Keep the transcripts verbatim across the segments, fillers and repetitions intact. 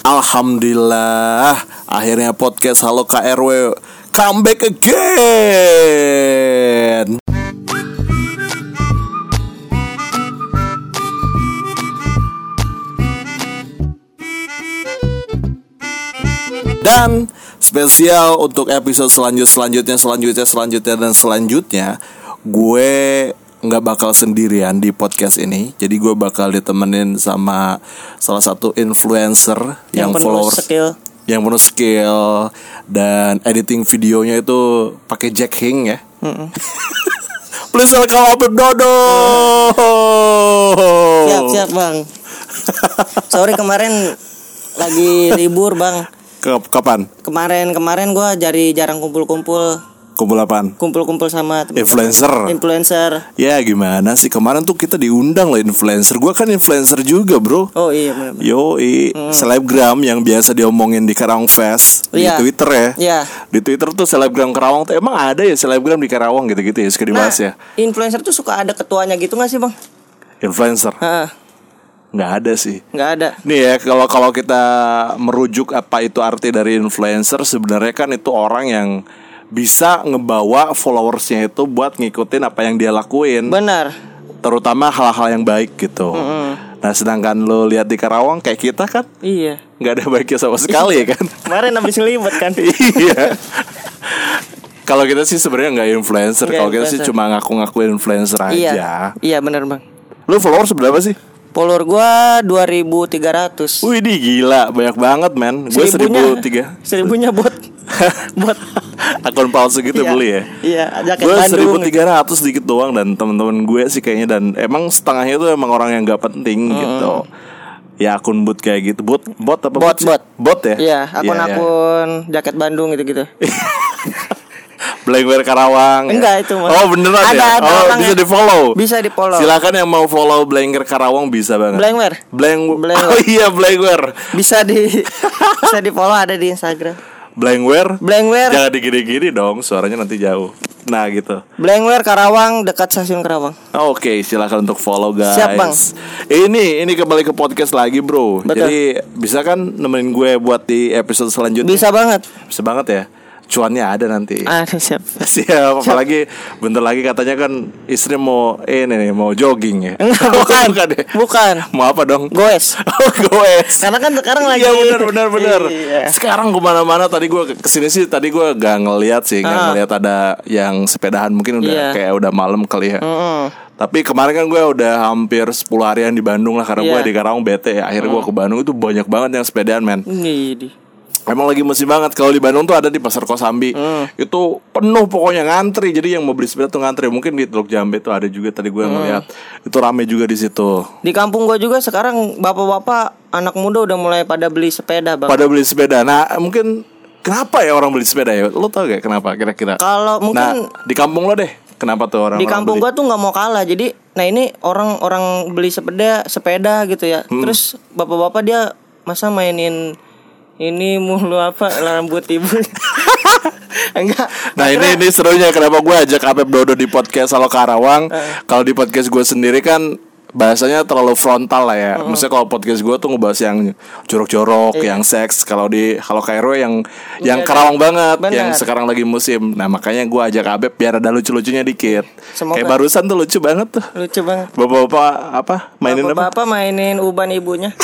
Alhamdulillah, akhirnya podcast Halo K R W come back again. Dan spesial untuk episode selanjut selanjutnya selanjutnya selanjutnya dan selanjutnya, gue nggak bakal sendirian di podcast ini. Jadi gue bakal ditemenin sama salah satu influencer yang, yang followers skill. yang penuh skill dan editing videonya itu pakai Jack Hing ya. Please welcome Habib Dodo. Siap siap bang. Sorry kemarin lagi libur bang. Kapan? Kemarin kemarin gue jadi jarang kumpul-kumpul. Kumpul apaan? Kumpul-kumpul sama influencer. Influencer. Ya gimana sih, kemarin tuh kita diundang loh influencer. Gue kan influencer juga bro. Oh iya benar. Yo i hmm. selebgram yang biasa diomongin di Karawang Fest di yeah. Twitter ya. Iya. Di Twitter tuh selebgram Karawang tuh emang ada ya selebgram di Karawang gitu-gitu ya, suka dibahas nah, ya. Influencer tuh suka ada ketuanya gitu nggak sih bang? Influencer. Ha. Nggak ada sih. Nggak ada. Nih ya, kalau kalau kita merujuk apa itu arti dari influencer, sebenarnya kan itu orang yang bisa ngebawa followersnya itu buat ngikutin apa yang dia lakuin. Benar. Terutama hal-hal yang baik gitu. Mm-hmm. Nah sedangkan lo lihat di Karawang kayak kita kan, iya, nggak ada baiknya sama sekali ya kan. Kemarin habis ngelibet kan. Iya. Kalau kita sih sebenarnya nggak influencer. Kalau kita sih cuma ngaku-ngaku influencer aja. Iya, iya benar bang. Lo followers berapa sih? Follower gue dua ribu tiga ratus. Wih di gila, banyak banget men. Gue seribu tiga. Seribunya bot. Bot. Akun palsu gitu iya, beli ya. Iya, jaket gue Bandung. seribu tiga ratus dikit doang. Dan temen-temen gue sih kayaknya, dan emang setengahnya itu emang orang yang gak penting hmm. gitu. Ya akun bot kayak gitu. Bot, bot apa? Bot, bot. Bot ya? Iya, akun-akun ya, ya. Jaket Bandung gitu-gitu. Blankwear Karawang. Enggak itu mas. Oh beneran ada, ya? Ada oh bisa di follow. Bisa di follow. Silakan yang mau follow Blankwear Karawang bisa banget. Blankwear. Blank. Blankwear. Oh iya Blankwear. Bisa di bisa di follow, ada di Instagram. Blankwear. Blankwear. Jangan digini-gini dong, suaranya nanti jauh. Nah gitu. Blankwear Karawang, dekat stasiun Karawang. Oke, okay, silakan untuk follow guys. Siap bang. Ini ini kembali ke podcast lagi bro. Betul. Jadi bisa kan nemenin gue buat di episode selanjutnya? Bisa banget. Bisa banget ya. Cuannya ada nanti. Ah siap. Siap. Apalagi bentar lagi katanya kan istri mau ini nih, mau jogging ya. Enggak, bukan. bukan, ya? Bukan. Mau apa dong? Goes. Oh goes. Karena kan sekarang lagi. Iya benar benar benar. Iya. Sekarang kemana-mana, tadi gue kesini sih, tadi gue gak ngeliat sih, gak ah. ngeliat ada yang sepedahan, mungkin udah iya. kayak udah malam kali ya. Mm-hmm. Tapi kemarin kan gue udah hampir sepuluh harian di Bandung lah, karena yeah. gue di Karawang bete ya. Akhirnya mm. gue ke Bandung, itu banyak banget yang sepedahan men. Iya. Emang lagi musim banget. Kalau di Bandung tuh ada di Pasar Kosambi, hmm. itu penuh pokoknya, ngantri. Jadi yang mau beli sepeda tuh ngantri. Mungkin di Teluk Jambe tuh ada juga, tadi gue hmm. ngeliat itu rame juga di situ. Di kampung gue juga sekarang bapak-bapak anak muda udah mulai pada beli sepeda bang. Pada beli sepeda. Nah mungkin kenapa ya orang beli sepeda ya? Lo tau gak kenapa kira-kira? Kalau mungkin nah, di kampung lo deh, kenapa tuh orang? Di kampung gue tuh nggak mau kalah. Jadi nah ini orang-orang beli sepeda sepeda gitu ya. Hmm. Terus bapak-bapak dia masa mainin ini mulu apa rambut ibu. Enggak. Nah ini ini serunya kenapa gue ajak Habib Dodo di podcast Halo Karawang. uh. Kalau di podcast gue sendiri kan bahasanya terlalu frontal lah ya. uh. Maksudnya kalau podcast gue tuh ngebahas yang jorok-jorok, iya. yang seks. Kalau di Halo K R W yang yang Bener. Karawang banget, Bener. yang sekarang lagi musim. Nah makanya gue ajak Habib biar ada lucu-lucunya dikit. Semoga. Kayak barusan tuh lucu banget tuh. Lucu banget. Bapak-bapak apa mainin Bapak-bapak apa? Bapak mainin uban ibunya.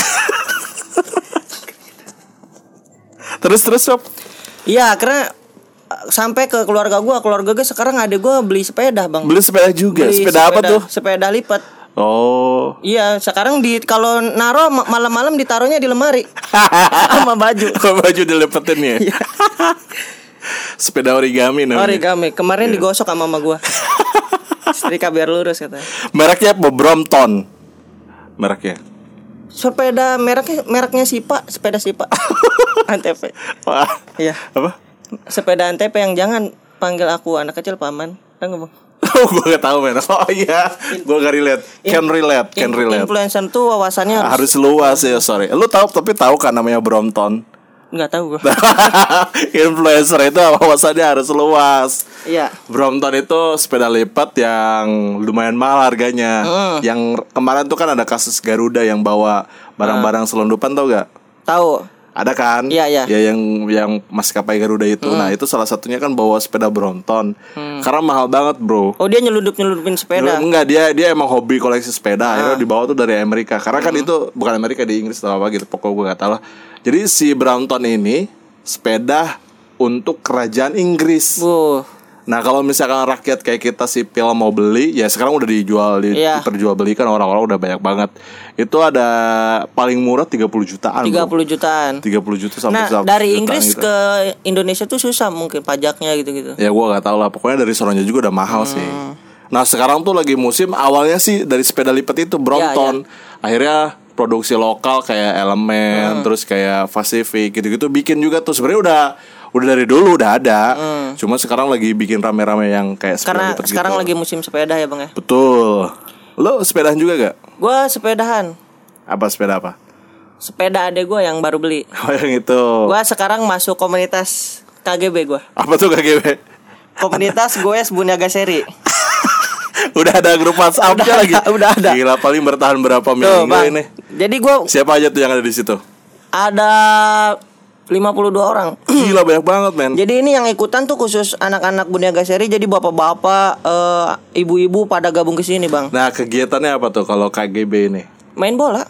Terus terus sob. Iya karena sampai ke keluarga gue, keluarga gue sekarang ada gue beli sepeda bang. Beli sepeda juga. Beli sepeda, sepeda apa tuh? Sepeda lipat. Oh. Iya sekarang di kalau naro malam-malam ditaruhnya di lemari sama baju. Sama baju dilipetin ya. Sepeda origami namanya. Origami. Kemarin yeah. digosok sama mama gue. Setrika biar lurus katanya. Mereknya apa? Brompton. Mereknya. Sepeda mereknya mereknya Sipa, sepeda Sipa. Antep. Wah. Iya. Apa? Sepeda Antep yang jangan panggil aku anak kecil paman. Tahu enggak, Bang? Oh, gue gak tahu men. Oh iya, gue gak relate. Can relate, can relate. Influencer tuh wawasannya harus, harus luas ya, sorry. Lu tahu tapi tahu kan namanya Brompton? Enggak tahu gue. Influencer itu wawasannya harus luas. Iya. Brompton itu sepeda lipat yang lumayan mahal harganya. Mm. Yang kemarin tuh kan ada kasus Garuda yang bawa barang-barang selundupan, tau gak? Tahu. Ada kan? Iya, iya. Ya yang yang maskapai Garuda itu. Hmm. Nah, itu salah satunya kan bawa sepeda Brompton. Hmm. Karena mahal banget, Bro. Oh, dia nyeludup-nyeludupin sepeda. Enggak, dia dia emang hobi koleksi sepeda. Ah. Akhirnya dibawa tuh dari Amerika. Karena kan Hmm. itu bukan Amerika, di Inggris atau apa gitu. Pokoknya gue gak tahu lah. Jadi si Brompton ini sepeda untuk kerajaan Inggris. Uh. Nah, kalau misalkan rakyat kayak kita sipil mau beli, ya sekarang udah dijual, di, Iya. diperjualbelikan, orang-orang udah banyak banget. Itu ada paling murah tiga puluh jutaan. tiga puluh jutaan. tiga puluh juta sampai Nah, seratus dari jutaan Inggris gitu. ke Indonesia tuh susah mungkin pajaknya gitu-gitu. Ya gue gak tahu lah. Pokoknya dari sononya juga udah mahal Hmm. sih. Nah, sekarang tuh lagi musim. Awalnya sih dari sepeda lipat itu Brompton. Ya, ya. Akhirnya produksi lokal kayak Elemen, Hmm. terus kayak Pacific gitu-gitu bikin juga tuh. Sebenarnya udah udah dari dulu udah ada. Hmm. Cuma sekarang lagi bikin rame-rame yang kayak sepeda Karena lipat sekarang gitu. lagi musim sepeda ya, Bang ya. Betul. Lo sepedahan juga gak? Gua sepedahan. Apa sepeda apa? Sepeda adek gua yang baru beli. Oh, yang itu. Gua sekarang masuk komunitas K G B gua. Apa tuh K G B? Komunitas Goes Buniaga Seri. Udah ada grup WhatsApp-nya Udah lagi. ada, udah ada. Gila, paling bertahan berapa Tuh, minggu Bang. ini? Jadi gua Siapa aja tuh yang ada di situ? ada lima puluh dua orang. Gila, banyak banget, men. Jadi ini yang ikutan tuh khusus anak-anak Buniaga Seri. Jadi bapak-bapak, eh, ibu-ibu pada gabung ke sini, Bang. Nah, kegiatannya apa tuh kalau K G B ini? Main bola.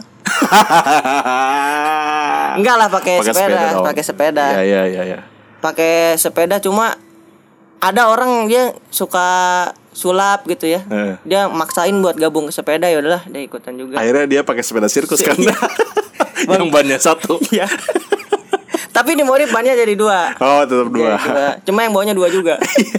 Enggak lah, pakai sepeda, dong. pakai sepeda. Ya, ya, ya, ya. Pakai sepeda, cuma ada orang dia suka sulap gitu ya. Eh. Dia maksain buat gabung ke sepeda, ya udahlah dia ikutan juga. Akhirnya dia pakai sepeda sirkus kan. Iya. Yang bannya satu. Iya. Tapi di modif bannya jadi dua. Oh, tetap dua. Jadi dua. Cuma yang bawahnya dua juga.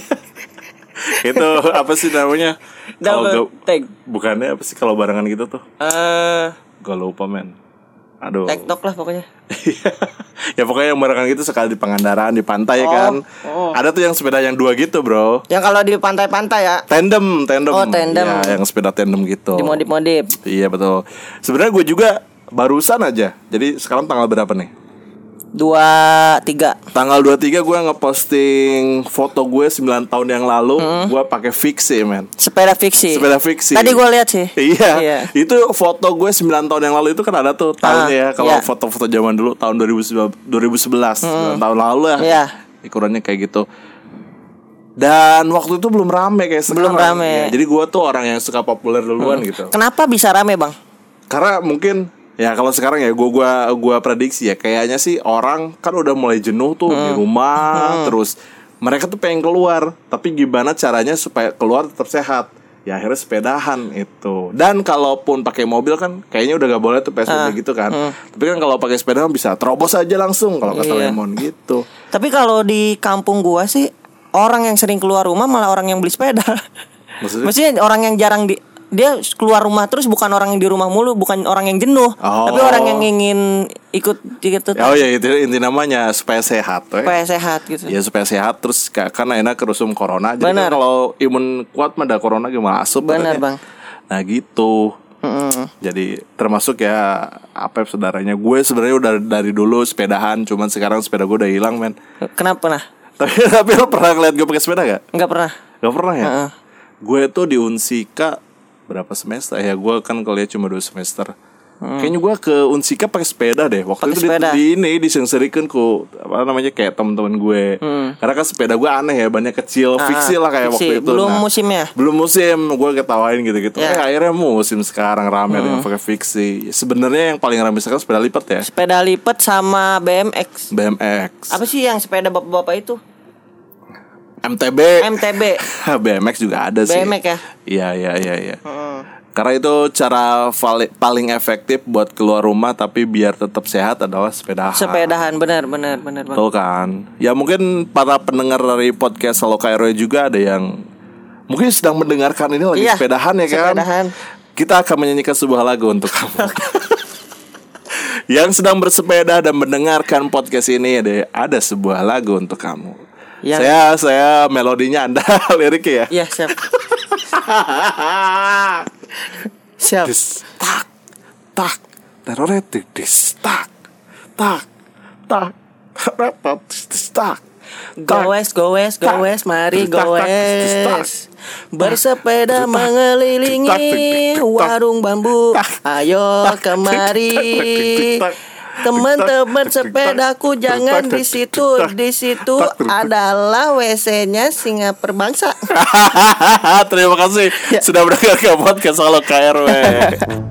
Itu apa sih namanya? Kalau Double ga- tag. bukannya apa sih kalau barengan gitu tuh? Eh, Gue lupa, men. Aduh. TikTok lah pokoknya. Ya pokoknya yang barengan gitu sekali di Pangandaran, di pantai Oh, kan. oh. Ada tuh yang sepeda yang dua gitu, bro. Yang kalau di pantai-pantai ya, Tandem, tandem. Oh, tandem. Ya, yang sepeda tandem gitu. dimodif-modif. Iya, betul. Sebenarnya gue juga barusan aja. Jadi sekarang tanggal berapa nih? Dua tiga. Tanggal dua puluh tiga gue ngeposting foto gue sembilan tahun yang lalu. Gue pakai fiksi, men. Sepeda fiksi. Sepeda fiksi. Tadi gue lihat sih. Iya, Iya. itu foto gue sembilan tahun yang lalu itu kan ada tuh tahunnya ya. Kalau iya. foto-foto zaman dulu tahun dua ribu sebelas, sembilan tahun lalu ya. Iya. Ukurannya kayak gitu. Dan waktu itu belum rame kayak sekarang. Belum rame. Ya, jadi gue tuh orang yang suka populer duluan gitu. Kenapa bisa rame, Bang? Karena mungkin ya kalau sekarang ya gue gua gua prediksi ya kayaknya sih orang kan udah mulai jenuh tuh di rumah terus mereka tuh pengen keluar tapi gimana caranya supaya keluar tetap sehat ya akhirnya sepedahan itu dan kalaupun pakai mobil kan kayaknya udah gak boleh tuh P S B B Ah. gitu kan tapi kan kalau pakai sepeda kan bisa terobos aja langsung kalau kata Iya. Lemon gitu. Tapi kalau di kampung gua sih orang yang sering keluar rumah malah orang yang beli sepeda. Maksudnya? Maksudnya orang yang jarang di dia keluar rumah terus bukan orang yang di rumah mulu, bukan orang yang jenuh, Oh. tapi orang yang ingin ikut gitu Oh ya itu inti namanya supaya sehat tuh. supaya sehat gitu. Ya supaya sehat terus ka- karena enak kerusum corona. Jadi Benar. kan kalau imun kuat mah ada corona gimana masuk. Benar, katanya. Bang. Nah gitu. Mm-mm. Jadi termasuk ya apa ya, saudaranya gue sebenarnya udah dari dulu sepedahan, cuman sekarang sepeda gue udah hilang, men. Kenapa nah? Tapi tapi lo pernah ngeliat gue pakai sepeda gak? Enggak pernah. Gak pernah ya? Heeh. Gue tuh di Unsika berapa semester ya? Gue kan kuliah cuma dua semester. Kayaknya gue ke Unsika pakai sepeda deh. Waktu Pakai itu di, sepeda. di ini disengserikan ku apa namanya kayak teman-teman gue. Karena kan sepeda gue aneh ya, banyak kecil, Ah, fiksi lah kayak fiksi. waktu itu. Belum musimnya. Belum musim, gue ketawain gitu-gitu. Ya. Eh akhirnya musim sekarang rame ada yang pakai fiksi. Sebenarnya yang paling rame sekarang sepeda lipat ya. Sepeda lipat sama B M X. B M X, Apa sih yang sepeda bapak-bapak itu? M T B, M T B. B M X juga ada sih. B M X ya? Iya iya iya. iya. Heeh. Karena itu cara vali- paling efektif buat keluar rumah tapi biar tetap sehat adalah sepedahan. Sepedahan benar benar benar Bang. Betul kan? Ya mungkin para pendengar dari podcast Halo K R W juga ada yang mungkin sedang mendengarkan ini lagi Iya, sepedahan ya kan? sepedahan. Kita akan menyanyikan sebuah lagu untuk kamu. Yang sedang bersepeda dan mendengarkan podcast ini ada ada sebuah lagu untuk kamu. Yang- Saya saya melodinya Anda liriknya ya. Iya, siap. Siap. Dis, tak, tak, teroretik, dis, tak, tak, tak, retot, dis, dis, tak. Goes, goes, goes, mari goes. Bersepeda mengelilingi warung bambu. Ayo kemari. Teman-teman sepedaku jangan di situ. Di situ adalah W C-nya singa perbangsa. Terima kasih sudah bergabung ke podcast Halo K R W.